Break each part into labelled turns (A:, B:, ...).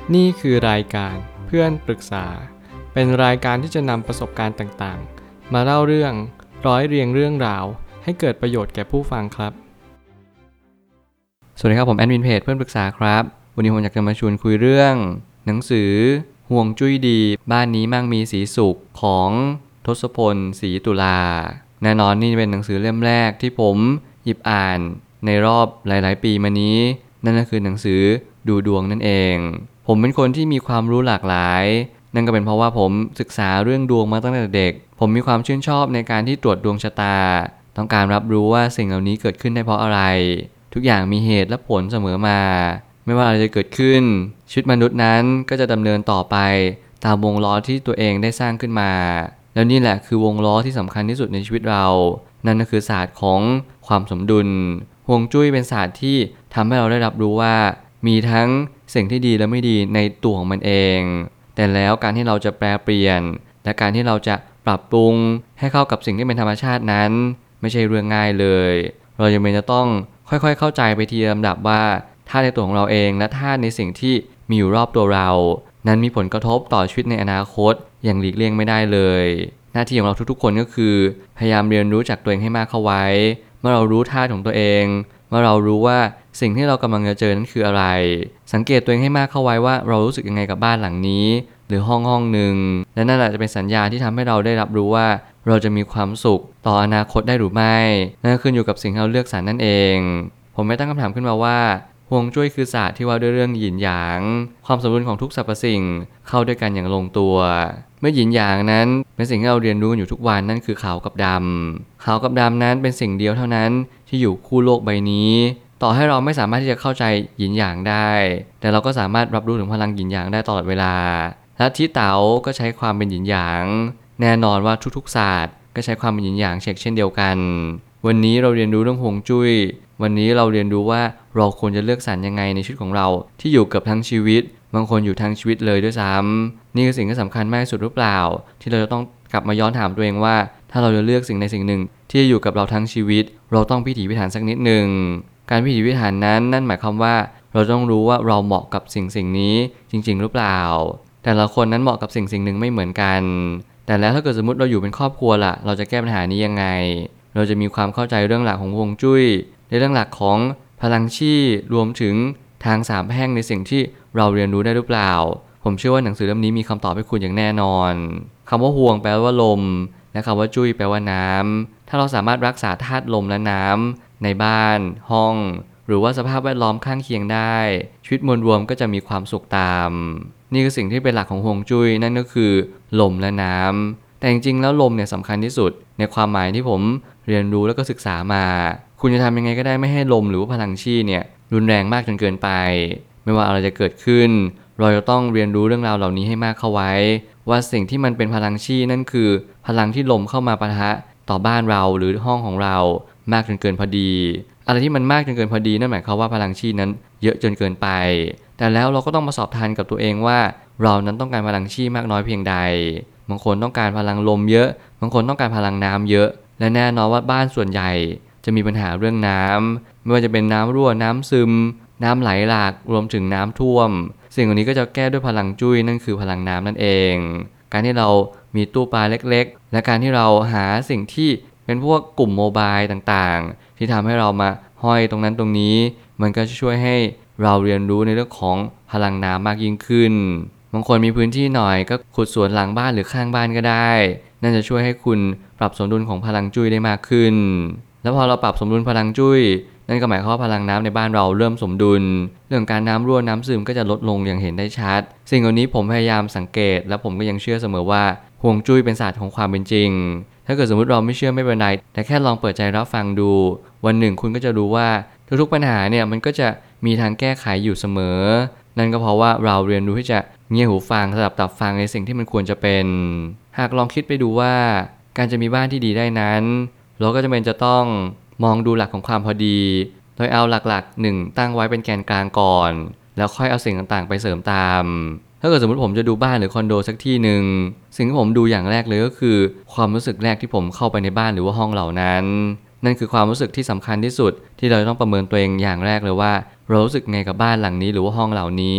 A: นี่คือรายการเพื่อนปรึกษาเป็นรายการที่จะนำประสบการณ์ต่างๆมาเล่าเรื่องร้อยเรียงเรื่องราวให้เกิดประโยชน์แก่ผู้ฟังครับสวัสดีครับผมแอดมินเพจเพื่อนปรึกษาครับวันนี้ผมอยากจะมาชวนคุยเรื่องหนังสือห่วงจุ้ยดีบ้านนี้มั่งมีสีสุขของทศพลศรีตุลาแน่นอนนี่เป็นหนังสือเล่มแรกที่ผมหยิบอ่านในรอบหลายๆปีมานี้นั่นก็คือหนังสือดูดวงนั่นเองผมเป็นคนที่มีความรู้หลากหลายนั่นก็เป็นเพราะว่าผมศึกษาเรื่องดวงมาตั้งแต่เด็กผมมีความชื่นชอบในการที่ตรวจดวงชะตาต้องการรับรู้ว่าสิ่งเหล่านี้เกิดขึ้นได้เพราะอะไรทุกอย่างมีเหตุและผลเสมอมาไม่ว่าอะไรจะเกิดขึ้นชีวิตมนุษย์นั้นก็จะดำเนินต่อไปตามวงล้อที่ตัวเองได้สร้างขึ้นมาแล้วนี่แหละคือวงล้อที่สำคัญที่สุดในชีวิตเรานั่นก็คือศาสตร์ของความสมดุลฮวงจุ้ยเป็นศาสตร์ที่ทำให้เราได้รับรู้ว่ามีทั้งสิ่งที่ดีและไม่ดีในตัวของมันเองแต่แล้วการที่เราจะแปลเปลี่ยนและการที่เราจะปรับปรุงให้เข้ากับสิ่งที่เป็นธรรมชาตินั้นไม่ใช่เรื่องง่ายเลยเราจำเป็นจะต้องค่อยๆเข้าใจไปทีละลำดับว่าธาตุในตัวของเราเองและธาตุในสิ่งที่มีอยู่รอบตัวเรานั้นมีผลกระทบต่อชีวิตในอนาคตอย่างหลีกเลี่ยงไม่ได้เลยหน้าที่ของเราทุกๆคนก็คือพยายามเรียนรู้จากตัวเองให้มากเข้าไว้เมื่อเรารู้ธาตุของตัวเองเมื่อเรารู้ว่าสิ่งที่เรากำลังจะเจอนั้นคืออะไรสังเกตตัวเองให้มากเข้าไว้ว่าเรารู้สึกยังไงกับบ้านหลังนี้หรือห้องหนึ่งและนั่นแหละจะเป็นสัญญาณที่ทำให้เราได้รับรู้ว่าเราจะมีความสุขต่ออนาคตได้หรือไม่นั่นขึ้นอยู่กับสิ่งที่เราเลือกสรรนั่นเองผมไม่ตั้งคำถามขึ้นมาว่าฮวงจุ้ยคือศาสตร์ที่ว่าด้วยเรื่องหยินหยางความสมดุลของทุกสรรพสิ่งเข้าด้วยกันอย่างลงตัวเมื่อหยินหยางนั้นเป็นสิ่งที่เราเรียนรู้อยู่ทุกวันนั่นคือขาวกับดำขาวกับดำนั้นเป็นสิ่งเดียวเท่านั้นที่อยู่คู่โลกใบนี้ต่อให้เราไม่สามารถที่จะเข้าใจหยินหยางได้แต่เราก็สามารถรับรู้ถึงพลังหยินหยางได้ตลอดเวลาและที่เต๋าก็ใช้ความเป็นหยินหยางแน่นอนว่าทุกๆศาสตร์ก็ใช้ความเป็นหยินหยางเช่นเดียวกันวันนี้เราเรียนรู้เรื่องฮวงจุ้ยวันนี้เราเรียนรู้ว่าเราควรจะเลือกสรรยังไงในชีวิตของเราที่อยู่เกือบทั้งชีวิตบางคนอยู่ทั้งชีวิตเลยด้วยซ้ำนี่คือสิ่งที่สำคัญมากที่สุดหรือเปล่าที่เราจะต้องกลับมาย้อนถามตัวเองว่าถ้าเราจะเลือกสิ่งใดสิ่งหนึ่งที่จะอยู่กับเราทั้งชีวิตเราต้องพิถีพิถันสักนิดหนึ่งการพิถีพิถันนั้นนั่นหมายความว่าเราต้องรู้ว่าเราเหมาะกับสิ่งนี้จริงๆหรือเปล่าแต่ละคนนั้นเหมาะกับสิ่งหนึ่งไม่เหมือนกันแต่แล้วถ้าเกิดสมมติเราอยู่เป็นครอบครัวล่ะเราจะแก้ปัญหานี้ยังไงเราจะมีความเข้าใจเรื่องหลักของฮวงจุ้ยในเรื่องหลักของพลังชี่รวมถึงทางสามแพร่งในสิ่งที่เราเรียนรู้ได้หรือเปล่าผมเชื่อว่าหนังสือเล่มนี้มีคำตอบให้คุณอย่างแน่นอนคำว่าฮวงแปลว่าลมและคำว่าจุ้ยแปลว่าน้ำถ้าเราสามารถรักษาธาตุลมและน้ำในบ้านห้องหรือว่าสภาพแวดล้อมข้างเคียงได้ชีวิตมวลรวมก็จะมีความสุขตามนี่คือสิ่งที่เป็นหลักของฮวงจุ้ยนั่นก็คือลมและน้ำแต่จริงๆแล้วลมเนี่ยสำคัญที่สุดในความหมายที่ผมเรียนรู้แล้วก็ศึกษามาคุณจะทำยังไงก็ได้ไม่ให้ลมหรือว่าพลังชี่เนี่ยรุนแรงมากจนเกินไปไม่ว่าอะไรจะเกิดขึ้นเราจะต้องเรียนรู้เรื่องราวเหล่านี้ให้มากเข้าไว้ว่าสิ่งที่มันเป็นพลังชี่นั่นคือพลังที่ลมเข้ามาปะทะต่อบ้านเราหรือห้องของเรามากจนเกินพอดีอะไรที่มันมากจนเกินพอดีนั่นหมายความว่าพลังชี่นั้นเยอะจนเกินไปแต่แล้วเราก็ต้องมาสอบทานกับตัวเองว่าเรานั้นต้องการพลังชี่มากน้อยเพียงใดบางคนต้องการพลังลมเยอะบางคนต้องการพลังน้ำเยอะและแน่นอนว่าบ้านส่วนใหญ่จะมีปัญหาเรื่องน้ำไม่ว่าจะเป็นน้ำรั่วน้ำซึมน้ำไหลหลากรวมถึงน้ำท่วมสิ่งเหล่านี้ก็จะแก้ด้วยพลังจุ้ยนั่นคือพลังน้ำนั่นเองการที่เรามีตู้ปลาเล็กๆและการที่เราหาสิ่งที่เป็นพวกกลุ่มโมบายต่างๆที่ทำให้เรามาห้อยตรงนั้นตรงนี้มันก็จะช่วยให้เราเรียนรู้ในเรื่องของพลังน้ำมากยิ่งขึ้นบางคนมีพื้นที่หน่อยก็ขุดสวนหลังบ้านหรือข้างบ้านก็ได้นั่นจะช่วยให้คุณปรับสมดุลของพลังจุ้ยได้มากขึ้นแล้วพอเราปรับสมดุลพลังจุ้ยนั่นก็หมายความว่าพลังน้ำในบ้านเราเริ่มสมดุลเรื่องการน้ำรั่วน้ำซึมก็จะลดลงอย่างเห็นได้ชัดสิ่งเหล่านี้ผมพยายามสังเกตและผมก็ยังเชื่อเสมอว่าฮวงจุ้ยเป็นศาสตร์ของความเป็นจริงถ้าเกิดสมมติเราไม่เชื่อไม่เป็นไรแต่แค่ลองเปิดใจรับฟังดูวันหนึ่งคุณก็จะรู้ว่าทุกๆปัญหาเนี่ยมันก็จะมีทางแก้ไขอยู่เสมอนั่นก็เพราะว่าเราเรียนรู้ที่จะเงี่ยหูฟังสลับตับฟังในสิ่งที่มันควรจะเป็นหากลองคิดไปดูว่าการจะมีบ้านที่ดีได้นั้นเราก็จำเป็นจะต้องมองดูหลักของความพอดีโดยเอาหลักๆ1ตั้งไว้เป็นแกนกลางก่อนแล้วค่อยเอาสิ่งต่างๆไปเสริมตามถ้าเกิดสมมติผมจะดูบ้านหรือคอนโดสักที่หนึ่งสิ่งที่ผมดูอย่างแรกเลยก็คือความรู้สึกแรกที่ผมเข้าไปในบ้านหรือว่าห้องเหล่านั้นนั่นคือความรู้สึกที่สำคัญที่สุดที่เราต้องประเมินตัวเองอย่างแรกเลยว่าเรารู้สึกไงกับบ้านหลังนี้หรือว่าห้องเหล่านี้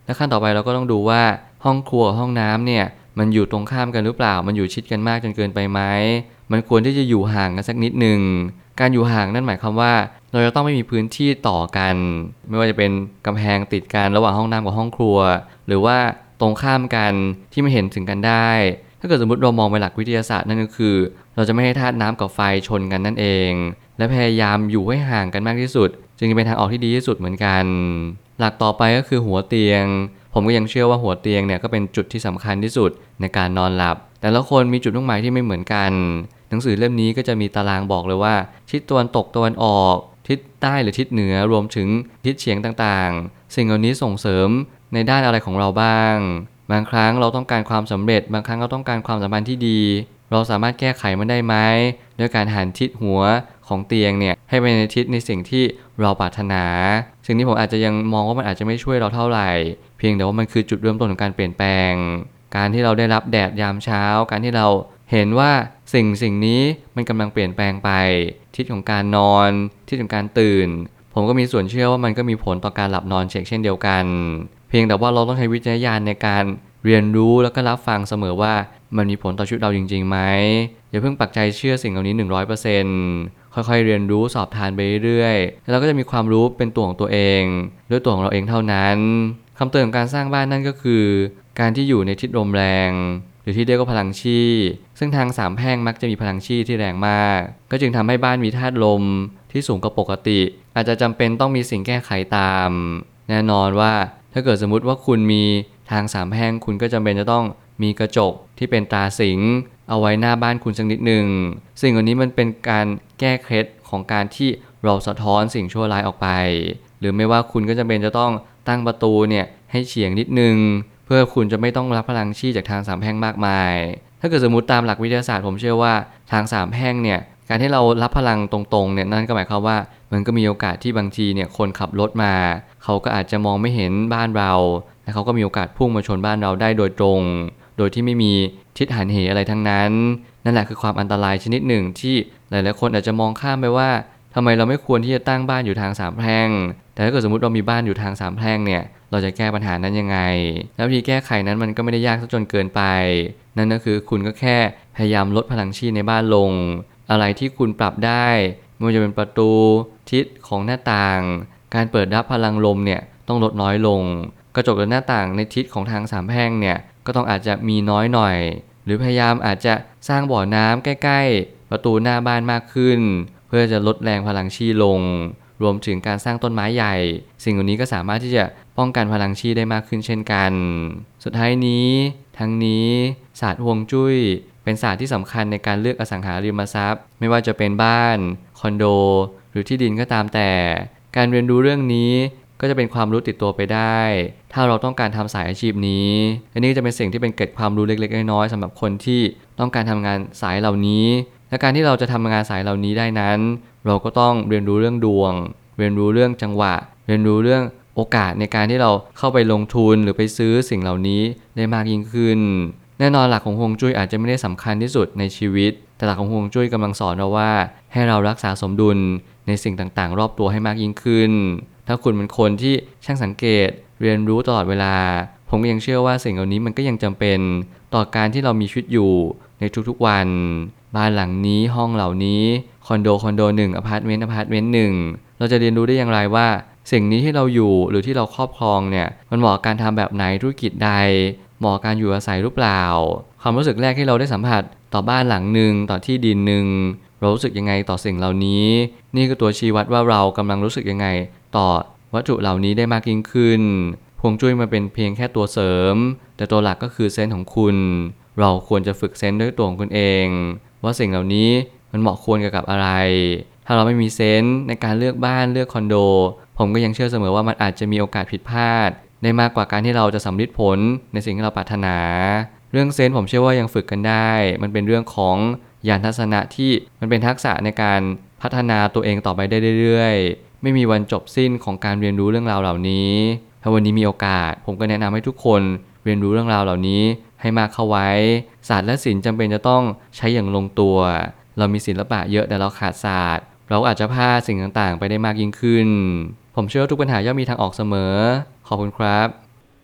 A: และขั้นต่อไปเราก็ต้องดูว่าห้องครัวกับห้องน้ำเนี่ยมันอยู่ตรงข้ามกันหรือเปล่ามันอยู่ชิดกันมากจนเกินไปไหมมันควรที่จะอยู่ห่างกันสักนิดหนึ่งการอยู่ห่างนั่นหมายความว่าเราจะต้องไม่มีพื้นที่ต่อกันไม่ว่าจะเป็นกำแพงติดกันระหว่างห้องน้ำกับห้องครัวหรือว่าตรงข้ามกันที่ไม่เห็นถึงกันได้ถ้าเกิดสมมติเรามองไปหลักวิทยาศาสตร์นั่นก็คือเราจะไม่ให้ธาตุน้ำกับไฟชนกันนั่นเองและพยายามอยู่ให้ห่างกันมากที่สุดจึงจะเป็นทางออกที่ดีที่สุดเหมือนกันหลักต่อไปก็คือหัวเตียงผมก็ยังเชื่อว่าหัวเตียงเนี่ยก็เป็นจุดที่สำคัญที่สุดในการนอนหลับแต่ละคนมีจุดมุ่งหมายที่ไม่เหมือนกันหนังสือเล่มนี้ก็จะมีตารางบอกเลยว่าทิศตะวันตกตะวันออกทิศใต้หรือทิศเหนือรวมถึงทิศเฉียงต่างๆสิ่งเหล่านี้ส่งเสริมในด้านอะไรของเราบ้างบางครั้งเราต้องการความสำเร็จบางครั้งเราต้องการความสัมพันธ์ที่ดีเราสามารถแก้ไขมันได้ไหมด้วยการหันทิศหัวของเตียงเนี่ยให้ไปในทิศในสิ่งที่เราปรารถนาสิ่งนี้ผมอาจจะยังมองว่ามันอาจจะไม่ช่วยเราเท่าไหร่เพียงแต่ว่ามันคือจุดเริ่มต้นของการเปลี่ยนแปลงการที่เราได้รับแดดยามเช้าการที่เราเห็นว่าสิ่งนี้มันกำลังเปลี่ยนแปลงไปทิศของการนอนทิศของการตื่นผมก็มีส่วนเชื่อว่ามันก็มีผลต่อการหลับนอนเช่นเดียวกันเพียงแต่ว่าเราต้องใช้วิจารณญาณในการเรียนรู้แล้วก็รับฟังเสมอว่ามันมีผลต่อชีวิตเราจริงๆไหมอย่าเพิ่งปักใจเชื่อสิ่งเหล่านี้ 100%ค่อยๆเรียนรู้สอบทานไปเรื่อยๆแล้วเราก็จะมีความรู้เป็นตัวของตัวเองด้วยตัวของเราเองเท่านั้นคำเตือนของการสร้างบ้านนั่นก็คือการที่อยู่ในทิศลมแรงหรือที่เรียกว่าพลังชีซึ่งทางสามแพร่งมักจะมีพลังชีที่แรงมากก็จึงทำให้บ้านมีธาตุลมที่สูงกว่าปกติอาจจะจำเป็นต้องมีสิ่งแก้ไขตามแน่นอนว่าถ้าเกิดสมมุติว่าคุณมีทางสามแพร่งคุณก็จำเป็นจะต้องมีกระจกที่เป็นตราสิงห์เอาไว้หน้าบ้านคุณสักนิดหนึ่งสิ่งเหล่านี้มันเป็นการแก้เคล็ดของการที่เราสะท้อนสิ่งชั่วร้ายออกไปหรือไม่ว่าคุณก็จำเป็นจะต้องตั้งประตูเนี่ยให้เฉียงนิดนึงเพื่อคุณจะไม่ต้องรับพลังชีจากทางสามแพร่งมากมายถ้าเกิดสมมุติตามหลักวิทยาศาสตร์ผมเชื่อว่าทางสามแพร่งเนี่ยการที่เรารับพลังตรงๆเนี่ยนั่นก็หมายความว่ามันก็มีโอกาสที่บางทีเนี่ยคนขับรถมาเขาก็อาจจะมองไม่เห็นบ้านเราและเขาก็มีโอกาสพุ่งมาชนบ้านเราได้โดยตรงโดยที่ไม่มีทิศหันเหอะไรทั้งนั้นนั่นแหละคือความอันตรายชนิดหนึ่งที่หลายๆคนอาจจะมองข้ามไปว่าทำไมเราไม่ควรที่จะตั้งบ้านอยู่ทางสามแพร่งแต่ถ้าเกิดสมมติเรามีบ้านอยู่ทางสามแพร่งเนี่ยเราจะแก้ปัญหานั้นยังไงแล้ววิธีแก้ไขนั้นมันก็ไม่ได้ยากซะจนเกินไปนั่นก็คือคุณก็แค่พยายามลดพลังชีในบ้านลงอะไรที่คุณปรับได้ไม่ว่าจะเป็นประตูทิศของหน้าต่างการเปิดรับพลังลมเนี่ยต้องลดน้อยลงกระจกและหน้าต่างในทิศของทางสามแพร่งเนี่ยก็ต้องอาจจะมีน้อยหน่อยหรือพยายามอาจจะสร้างบ่อน้ำใกล้ๆประตูหน้าบ้านมากขึ้นเพื่อจะลดแรงพลังชีลงรวมถึงการสร้างต้นไม้ใหญ่สิ่งเหล่านี้ก็สามารถที่จะป้องกันพลังชีได้มากขึ้นเช่นกันสุดท้ายนี้ทั้งนี้ศาสตร์ฮวงจุ้ยเป็นศาสตร์ที่สำคัญในการเลือกอสังหาริมทรัพย์ไม่ว่าจะเป็นบ้านคอนโดหรือที่ดินก็ตามแต่การเรียนรู้เรื่องนี้ก็จะเป็นความรู้ติดตัวไปได้ถ้าเราต้องการทำสายอาชีพนี้อันนี้จะเป็นสิ่งที่เป็นเกร็ดความรู้เล็กๆน้อยๆสำหรับคนที่ต้องการทำงานสายเหล่านี้และการที่เราจะทำงานสายเหล่านี้ได้นั้นเราก็ต้องเรียนรู้เรื่องดวงเรียนรู้เรื่องจังหวะเรียนรู้เรื่องโอกาสในการที่เราเข้าไปลงทุนหรือไปซื้อสิ่งเหล่านี้ได้มากยิ่งขึ้นแน่นอนหลักของฮวงจุ้ยอาจจะไม่ได้สำคัญที่สุดในชีวิตแต่หลักของฮวงจุ้ยกำลังสอนเราว่าให้เรารักษาสมดุลในสิ่งต่างๆรอบตัวให้มากยิ่งขึ้นถ้าคุณเป็นคนที่ช่างสังเกตเรียนรู้ตลอดเวลาผมก็ยังเชื่อว่าสิ่งเหล่านี้มันก็ยังจำเป็นต่อการที่เรามีชีวิตอยู่ในทุกๆวันบ้านหลังนี้ห้องเหล่านี้คอนโดหนึ่งอพาร์ตเมนต์หนึ่งเราจะเรียนรู้ได้อย่างไรว่าสิ่งนี้ที่เราอยู่หรือที่เราครอบครองเนี่ยมันเหมาะกับการทำแบบไหนธุรกิจใดเหมาะกับการอยู่อาศัยหรือเปล่าความรู้สึกแรกที่เราได้สัมผัสต่อบ้านหลังหนึ่งต่อที่ดินหนึ่งเรารู้สึกยังไงต่อสิ่งเหล่านี้นี่คือตัวชี้วัดว่าเรากำลังรู้สึกยังไงต่อวัตถุเหล่านี้ได้มากยิ่งขึ้นฮวงจุ้ยมันเป็นเพียงแค่ตัวเสริมแต่ตัวหลักก็คือเซนส์ของคุณเราควรจะฝึกเซนส์ด้วยตัวของคุณเองว่าสิ่งเหล่านี้มันเหมาะควรกับอะไรถ้าเราไม่มีเซนส์ในการเลือกบ้านเลือกคอนโดผมก็ยังเชื่อเสมอว่ามันอาจจะมีโอกาสผิดพลาดได้มากกว่าการที่เราจะสำลิดผลในสิ่งที่เราปรารถนาเรื่องเซนส์ผมเชื่อว่ายังฝึกกันได้มันเป็นเรื่องของญาณทัศนะที่มันเป็นทักษะในการพัฒนาตัวเองต่อไปได้เรื่อยๆไม่มีวันจบสิ้นของการเรียนรู้เรื่องราวเหล่านี้ถ้าวันนี้มีโอกาสผมก็แนะนำให้ทุกคนเรียนรู้เรื่องราวเหล่านี้ให้มากเข้าไว้ศาสตร์และศิลป์จำเป็นจะต้องใช้อย่างลงตัวเรามีศิลปะเยอะแต่เราขาดศาสตร์เราอาจจะพลาดสิ่งต่างๆไปได้มากยิ่งขึ้นผมเชื่อว่าทุกปัญหาย่อมมีทางออกเสมอขอบคุณครับ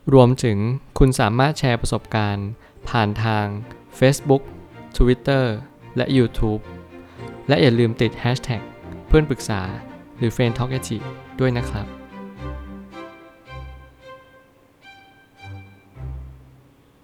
A: รวมถึงคุณสามารถแชร์ประสบการณ์ผ่านทาง Facebook Twitter และ YouTube และอย่าลืมติด Hashtag เพื่อนปรึกษาหรือ f r ร e n d t a l k ด้วยนะครับ